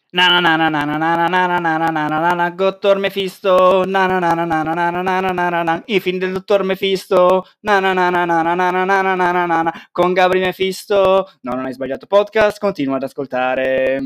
Na na na na na na na na na na na na na na na, Dottor Mephisto, na na na na na na na na na na na na na, i film del dottor Mephisto, na na na na na na na na na na na na na na, con Gabri Mephisto. No, non hai sbagliato podcast, continua ad ascoltare.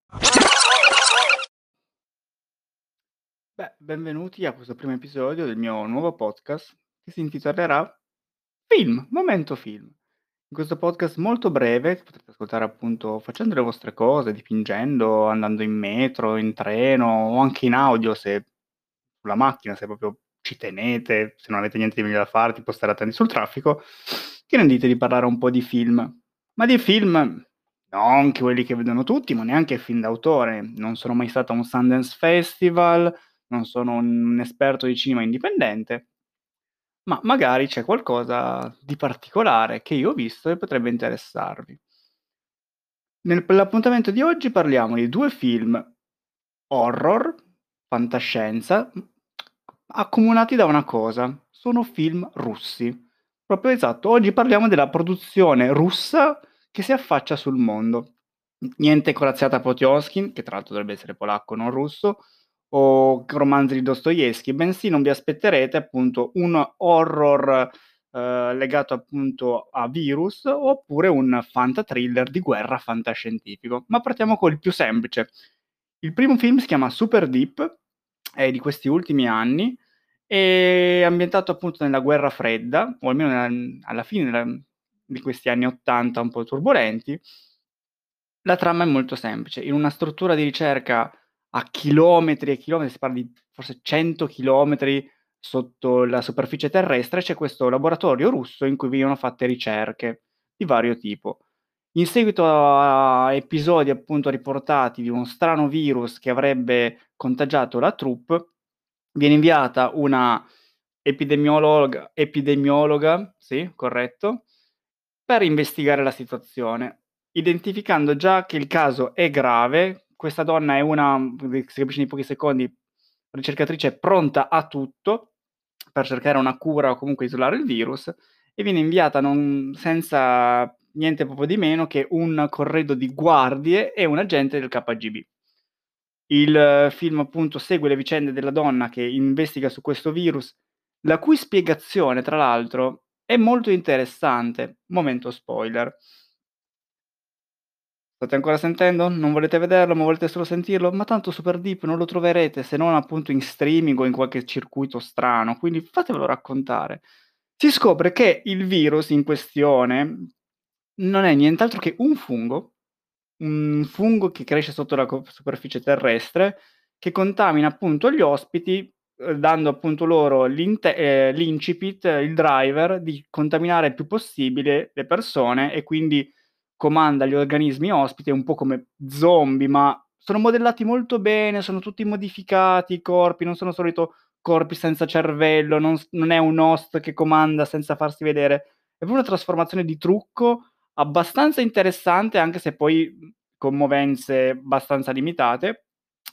Beh, benvenuti a questo primo episodio del mio nuovo podcast che si intitolerà Film, Momento Film. In questo podcast molto breve, che potrete ascoltare appunto facendo le vostre cose, dipingendo, andando in metro, in treno o anche in audio se sulla macchina, se proprio ci tenete, se non avete niente di meglio da fare, tipo stare attenti sul traffico, che ne dite di parlare un po' di film? Ma di film non quelli che vedono tutti, ma neanche film d'autore. Non sono mai stato a un Sundance Festival, non sono un esperto di cinema indipendente, ma magari c'è qualcosa di particolare che io ho visto e potrebbe interessarvi. Nell'appuntamento di oggi parliamo di 2 film horror, fantascienza, accomunati da una cosa: sono film russi. Proprio esatto, oggi parliamo della produzione russa che si affaccia sul mondo. Niente Corazziata Potioskin, che tra l'altro dovrebbe essere polacco, non russo, o romanzi di Dostoevskij, bensì non vi aspetterete appunto un horror legato appunto a virus, oppure un fantathriller di guerra fantascientifico. Ma partiamo col più semplice. Il primo film si chiama Super Deep, è di questi ultimi anni, è ambientato appunto nella guerra fredda, o almeno alla fine di questi anni '80 un po' turbolenti. La trama è molto semplice: in una struttura di ricerca a chilometri e chilometri, si parla di forse 100 chilometri sotto la superficie terrestre, c'è questo laboratorio russo in cui venivano fatte ricerche di vario tipo. In seguito a episodi appunto riportati di uno strano virus che avrebbe contagiato la troupe, viene inviata una epidemiologa, sì, corretto, per investigare la situazione. Identificando già che il caso è grave, questa donna è una, si capisce in pochi secondi, ricercatrice pronta a tutto per cercare una cura o comunque isolare il virus, e viene inviata senza niente proprio di meno che un corredo di guardie e un agente del KGB. Il film appunto segue le vicende della donna che investiga su questo virus, la cui spiegazione tra l'altro è molto interessante. Momento spoiler. State ancora sentendo? Non volete vederlo, ma volete solo sentirlo? Ma tanto Super Deep non lo troverete se non appunto in streaming o in qualche circuito strano, quindi fatevelo raccontare. Si scopre che il virus in questione non è nient'altro che un fungo che cresce sotto la superficie terrestre, che contamina appunto gli ospiti, dando appunto loro l'incipit, il driver di contaminare il più possibile le persone, e quindi comanda gli organismi ospiti, è un po' come zombie, ma sono modellati molto bene, sono tutti modificati i corpi, non sono solito corpi senza cervello, non è un host che comanda senza farsi vedere, è proprio una trasformazione di trucco abbastanza interessante, anche se poi, con movenze abbastanza limitate.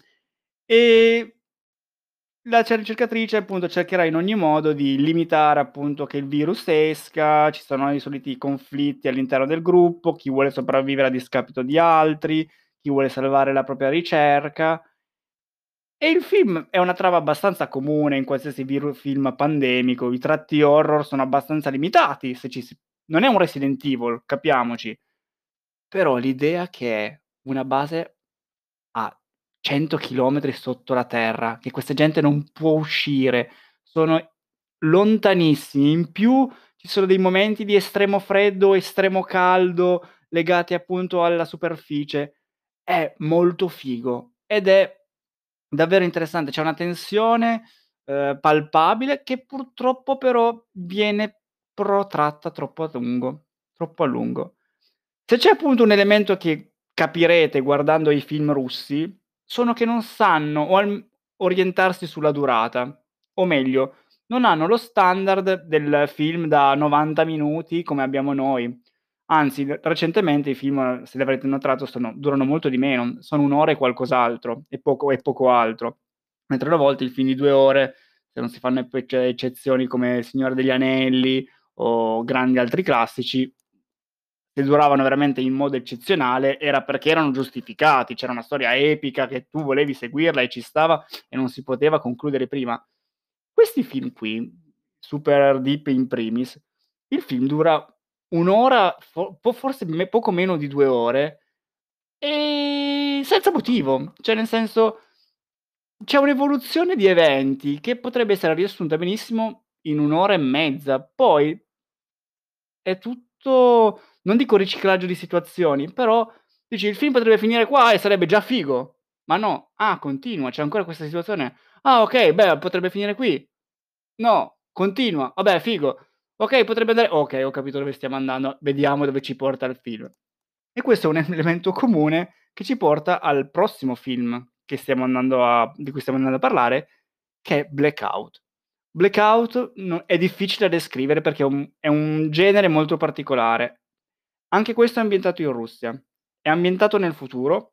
E la ricercatrice appunto cercherà in ogni modo di limitare appunto che il virus esca, ci sono i soliti conflitti all'interno del gruppo, chi vuole sopravvivere a discapito di altri, chi vuole salvare la propria ricerca. E il film è una trama abbastanza comune in qualsiasi film pandemico, i tratti horror sono abbastanza limitati, se ci si non è un Resident Evil, capiamoci, però l'idea che è una base a 100 chilometri sotto la terra, che questa gente non può uscire, sono lontanissimi. In più ci sono dei momenti di estremo freddo, estremo caldo, legati appunto alla superficie. È molto figo ed è davvero interessante. C'è una tensione, palpabile, che purtroppo però viene protratta troppo a lungo. Se c'è appunto un elemento che capirete guardando i film russi, sono che non sanno orientarsi sulla durata, o meglio, non hanno lo standard del film da 90 minuti come abbiamo noi. Anzi, recentemente i film, se li avrete notato, durano molto di meno, sono 1 ora e qualcos'altro, e poco altro. Mentre una volta il film di 2 ore, se non si fanno eccezioni come Il Signore degli Anelli o grandi altri classici, se duravano veramente in modo eccezionale era perché erano giustificati, c'era una storia epica che tu volevi seguirla e ci stava e non si poteva concludere prima. Questi film qui, Super Deep in primis, il film dura 1 ora, forse poco meno di 2 ore, senza motivo. Cioè, nel senso, c'è un'evoluzione di eventi che potrebbe essere riassunta benissimo in 1 ora e mezza. Poi è tutto, non dico riciclaggio di situazioni, però dici: "Il film potrebbe finire qua e sarebbe già figo." Ma no, continua, c'è ancora questa situazione. "Ah, okay, beh, potrebbe finire qui." No, continua. Vabbè, figo. Okay, potrebbe andare, okay, ho capito dove stiamo andando, vediamo dove ci porta il film. E questo è un elemento comune che ci porta al prossimo film che stiamo andando a di cui stiamo andando a parlare, che è Blackout. Blackout è difficile da descrivere perché è un genere molto particolare. Anche questo è ambientato in Russia. È ambientato nel futuro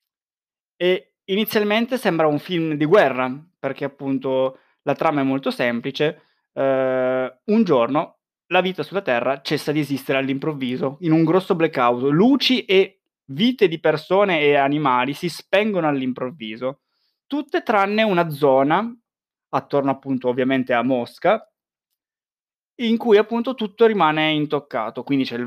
e inizialmente sembra un film di guerra, perché appunto la trama è molto semplice. Un giorno la vita sulla Terra cessa di esistere all'improvviso, in un grosso blackout. Luci e vite di persone e animali si spengono all'improvviso, tutte tranne una zona, attorno appunto ovviamente a Mosca, in cui appunto tutto rimane intoccato, quindi c'è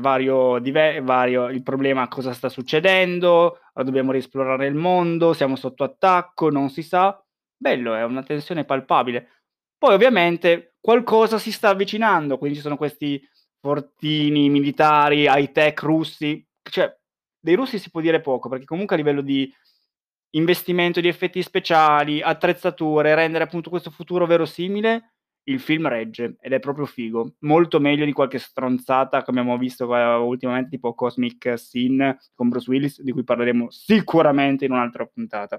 il problema: cosa sta succedendo, dobbiamo riesplorare il mondo, siamo sotto attacco, non si sa. Bello, è una tensione palpabile. Poi ovviamente qualcosa si sta avvicinando, quindi ci sono questi fortini militari high tech russi, cioè dei russi si può dire poco, perché comunque a livello di investimento di effetti speciali, attrezzature, rendere appunto questo futuro verosimile, il film regge ed è proprio figo. Molto meglio di qualche stronzata che abbiamo visto ultimamente, tipo Cosmic Sin con Bruce Willis, di cui parleremo sicuramente in un'altra puntata.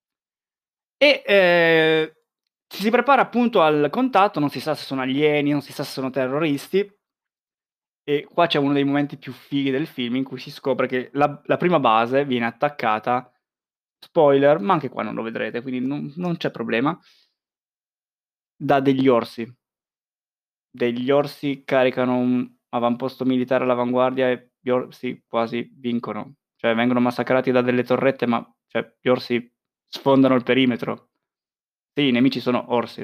E, ci si prepara appunto al contatto, non si sa se sono alieni, non si sa se sono terroristi, e qua c'è uno dei momenti più fighi del film in cui si scopre che la prima base viene attaccata, spoiler, ma anche qua non lo vedrete, quindi non c'è problema, da degli orsi. Degli orsi caricano un avamposto militare all'avanguardia e gli orsi quasi vincono. Cioè vengono massacrati da delle torrette, ma cioè gli orsi sfondano il perimetro. Sì, i nemici sono orsi.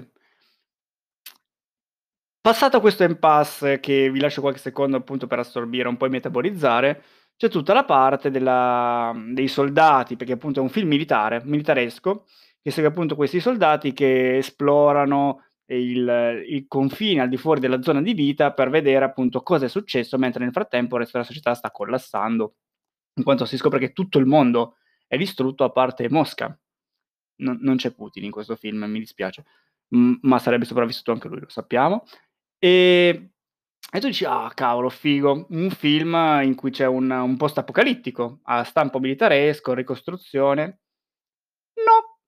Passato questo impasse, che vi lascio qualche secondo appunto per assorbire, un po' e metabolizzare, c'è tutta la parte dei soldati, perché appunto è un film militaresco, che segue appunto questi soldati che esplorano il confine al di fuori della zona di vita per vedere appunto cosa è successo, mentre nel frattempo il resto della società sta collassando, in quanto si scopre che tutto il mondo è distrutto a parte Mosca. Non c'è Putin in questo film, mi dispiace, ma sarebbe sopravvissuto anche lui, lo sappiamo. Ehm, e tu dici: "Ah cavolo, figo." Un film in cui c'è un post apocalittico a stampo militaresco, ricostruzione. No,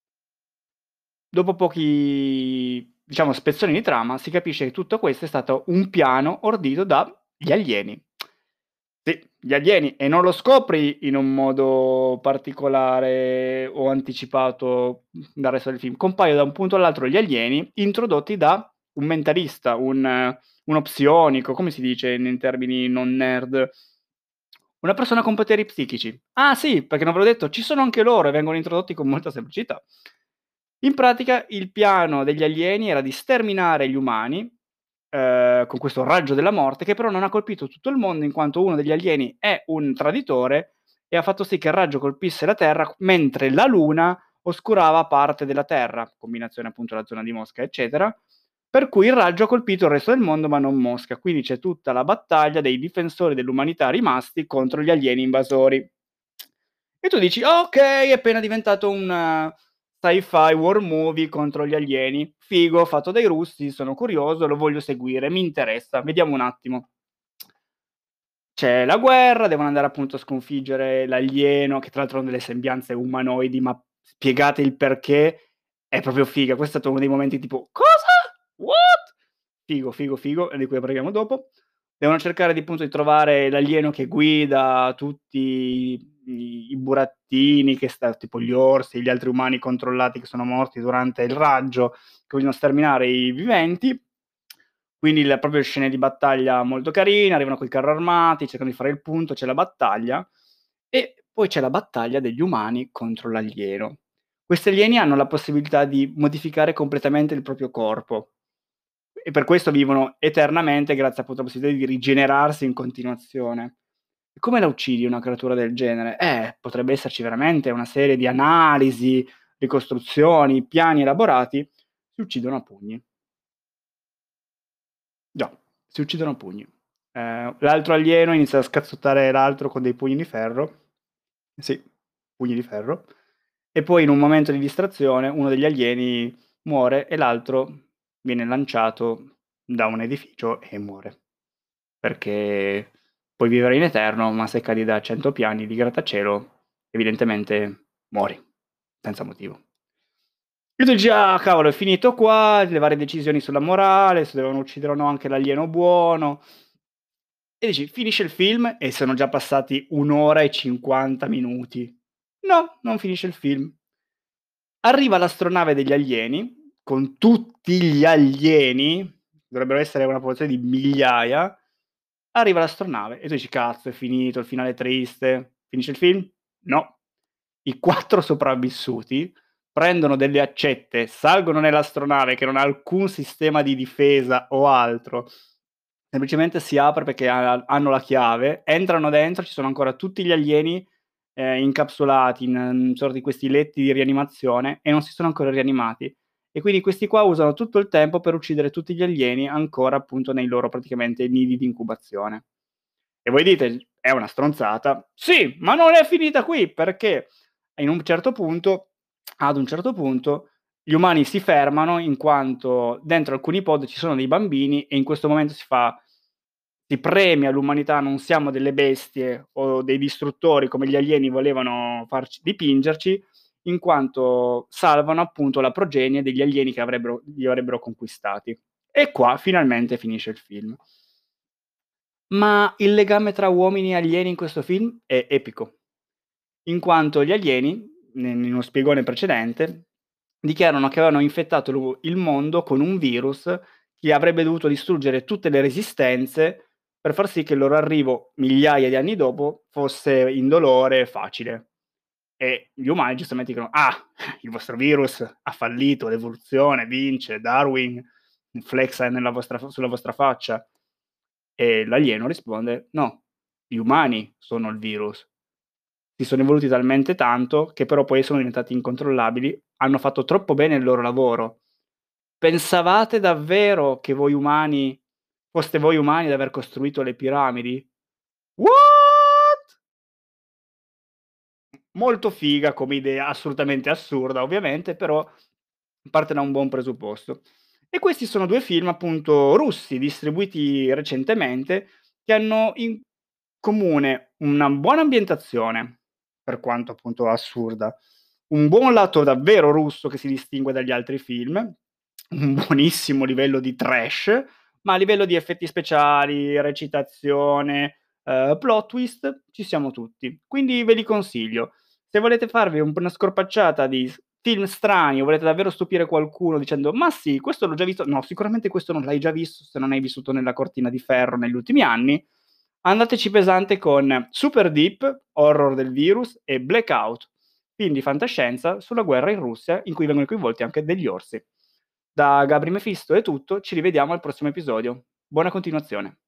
dopo pochi, diciamo, spezzoni di trama si capisce che tutto questo è stato un piano ordito dagli alieni. Sì, gli alieni, e non lo scopri in un modo particolare o anticipato dal resto del film. Compaiono da un punto all'altro gli alieni, introdotti da un mentalista, uno psionico, come si dice in termini non nerd? Una persona con poteri psichici. Ah sì, perché non ve l'ho detto, ci sono anche loro e vengono introdotti con molta semplicità. In pratica il piano degli alieni era di sterminare gli umani, con questo raggio della morte, che però non ha colpito tutto il mondo in quanto uno degli alieni è un traditore e ha fatto sì che il raggio colpisse la Terra, mentre la Luna oscurava parte della Terra, combinazione appunto della zona di Mosca eccetera, per cui il raggio ha colpito il resto del mondo ma non Mosca. Quindi c'è tutta la battaglia dei difensori dell'umanità rimasti contro gli alieni invasori. E tu dici: "Okay, è appena diventato un sci-fi war movie contro gli alieni. Figo, fatto dai russi, sono curioso, lo voglio seguire, mi interessa, vediamo un attimo." C'è la guerra, devono andare appunto a sconfiggere l'alieno, che tra l'altro hanno delle sembianze umanoidi, ma spiegate il perché è proprio figa. Questo è stato uno dei momenti tipo: "Cosa? What?" Figo, figo, figo, e di cui parliamo dopo. Devono cercare di appunto di trovare l'alieno che guida tutti i burattini, che sta tipo gli orsi, gli altri umani controllati che sono morti durante il raggio, che vogliono sterminare i viventi. Quindi proprio scene di battaglia molto carine, arrivano coi carri armati, cercano di fare il punto, c'è la battaglia e poi c'è la battaglia degli umani contro l'alieno. Questi alieni hanno la possibilità di modificare completamente il proprio corpo e per questo vivono eternamente grazie appunto alla possibilità di rigenerarsi in continuazione. E come la uccidi una creatura del genere? Potrebbe esserci veramente una serie di analisi, ricostruzioni, piani elaborati, si uccidono a pugni. Già, si uccidono a pugni. L'altro alieno inizia a scazzottare l'altro con dei pugni di ferro. Sì, pugni di ferro. E poi in un momento di distrazione uno degli alieni muore e l'altro viene lanciato da un edificio e muore. Perché puoi vivere in eterno, ma se cadi da 100 piani di grattacielo, evidentemente muori, senza motivo. E tu dici: "Ah cavolo, è finito qua", le varie decisioni sulla morale, se dovevano uccidere o no anche l'alieno buono. E dici: "Finisce il film e sono già passati 1 ora e 50 minuti". No, non finisce il film. Arriva l'astronave degli alieni, con tutti gli alieni, dovrebbero essere una popolazione di migliaia, arriva l'astronave e tu dici: "Cazzo, è finito, il finale triste". Finisce il film? No. I 4 sopravvissuti prendono delle accette, salgono nell'astronave che non ha alcun sistema di difesa o altro, semplicemente si apre perché hanno la chiave, entrano dentro, ci sono ancora tutti gli alieni, incapsulati in sorta di questi letti di rianimazione e non si sono ancora rianimati. E quindi questi qua usano tutto il tempo per uccidere tutti gli alieni ancora appunto nei loro praticamente nidi di incubazione. E voi dite: "È una stronzata". Sì, ma non è finita qui, perché in un certo punto ad un certo punto gli umani si fermano in quanto dentro alcuni pod ci sono dei bambini e in questo momento si premia l'umanità, non siamo delle bestie o dei distruttori come gli alieni volevano farci dipingerci, in quanto salvano appunto la progenie degli alieni che li avrebbero conquistati. E qua finalmente finisce il film. Ma il legame tra uomini e alieni in questo film è epico, in quanto gli alieni, in uno spiegone precedente, dichiarano che avevano infettato il mondo con un virus che avrebbe dovuto distruggere tutte le resistenze per far sì che il loro arrivo migliaia di anni dopo fosse indolore e facile. E gli umani giustamente dicono: "Ah, il vostro virus ha fallito, l'evoluzione vince, Darwin flexa sulla vostra faccia". E l'alieno risponde: "No, gli umani sono il virus. Si sono evoluti talmente tanto che però poi sono diventati incontrollabili, hanno fatto troppo bene il loro lavoro. Pensavate davvero che voi umani foste voi umani ad aver costruito le piramidi?" What? Molto figa come idea, assolutamente assurda ovviamente, però parte da un buon presupposto. E questi sono 2 film appunto russi, distribuiti recentemente, che hanno in comune una buona ambientazione, per quanto appunto assurda, un buon lato davvero russo che si distingue dagli altri film, un buonissimo livello di trash, ma a livello di effetti speciali, recitazione, plot twist, ci siamo tutti. Quindi ve li consiglio. Se volete farvi una scorpacciata di film strani o volete davvero stupire qualcuno dicendo: "Ma sì, questo l'ho già visto", no, sicuramente questo non l'hai già visto se non hai vissuto nella cortina di ferro negli ultimi anni, andateci pesante con Super Deep, horror del virus, e Blackout, film di fantascienza sulla guerra in Russia in cui vengono coinvolti anche degli orsi. Da Gabri Mefisto è tutto, ci rivediamo al prossimo episodio. Buona continuazione.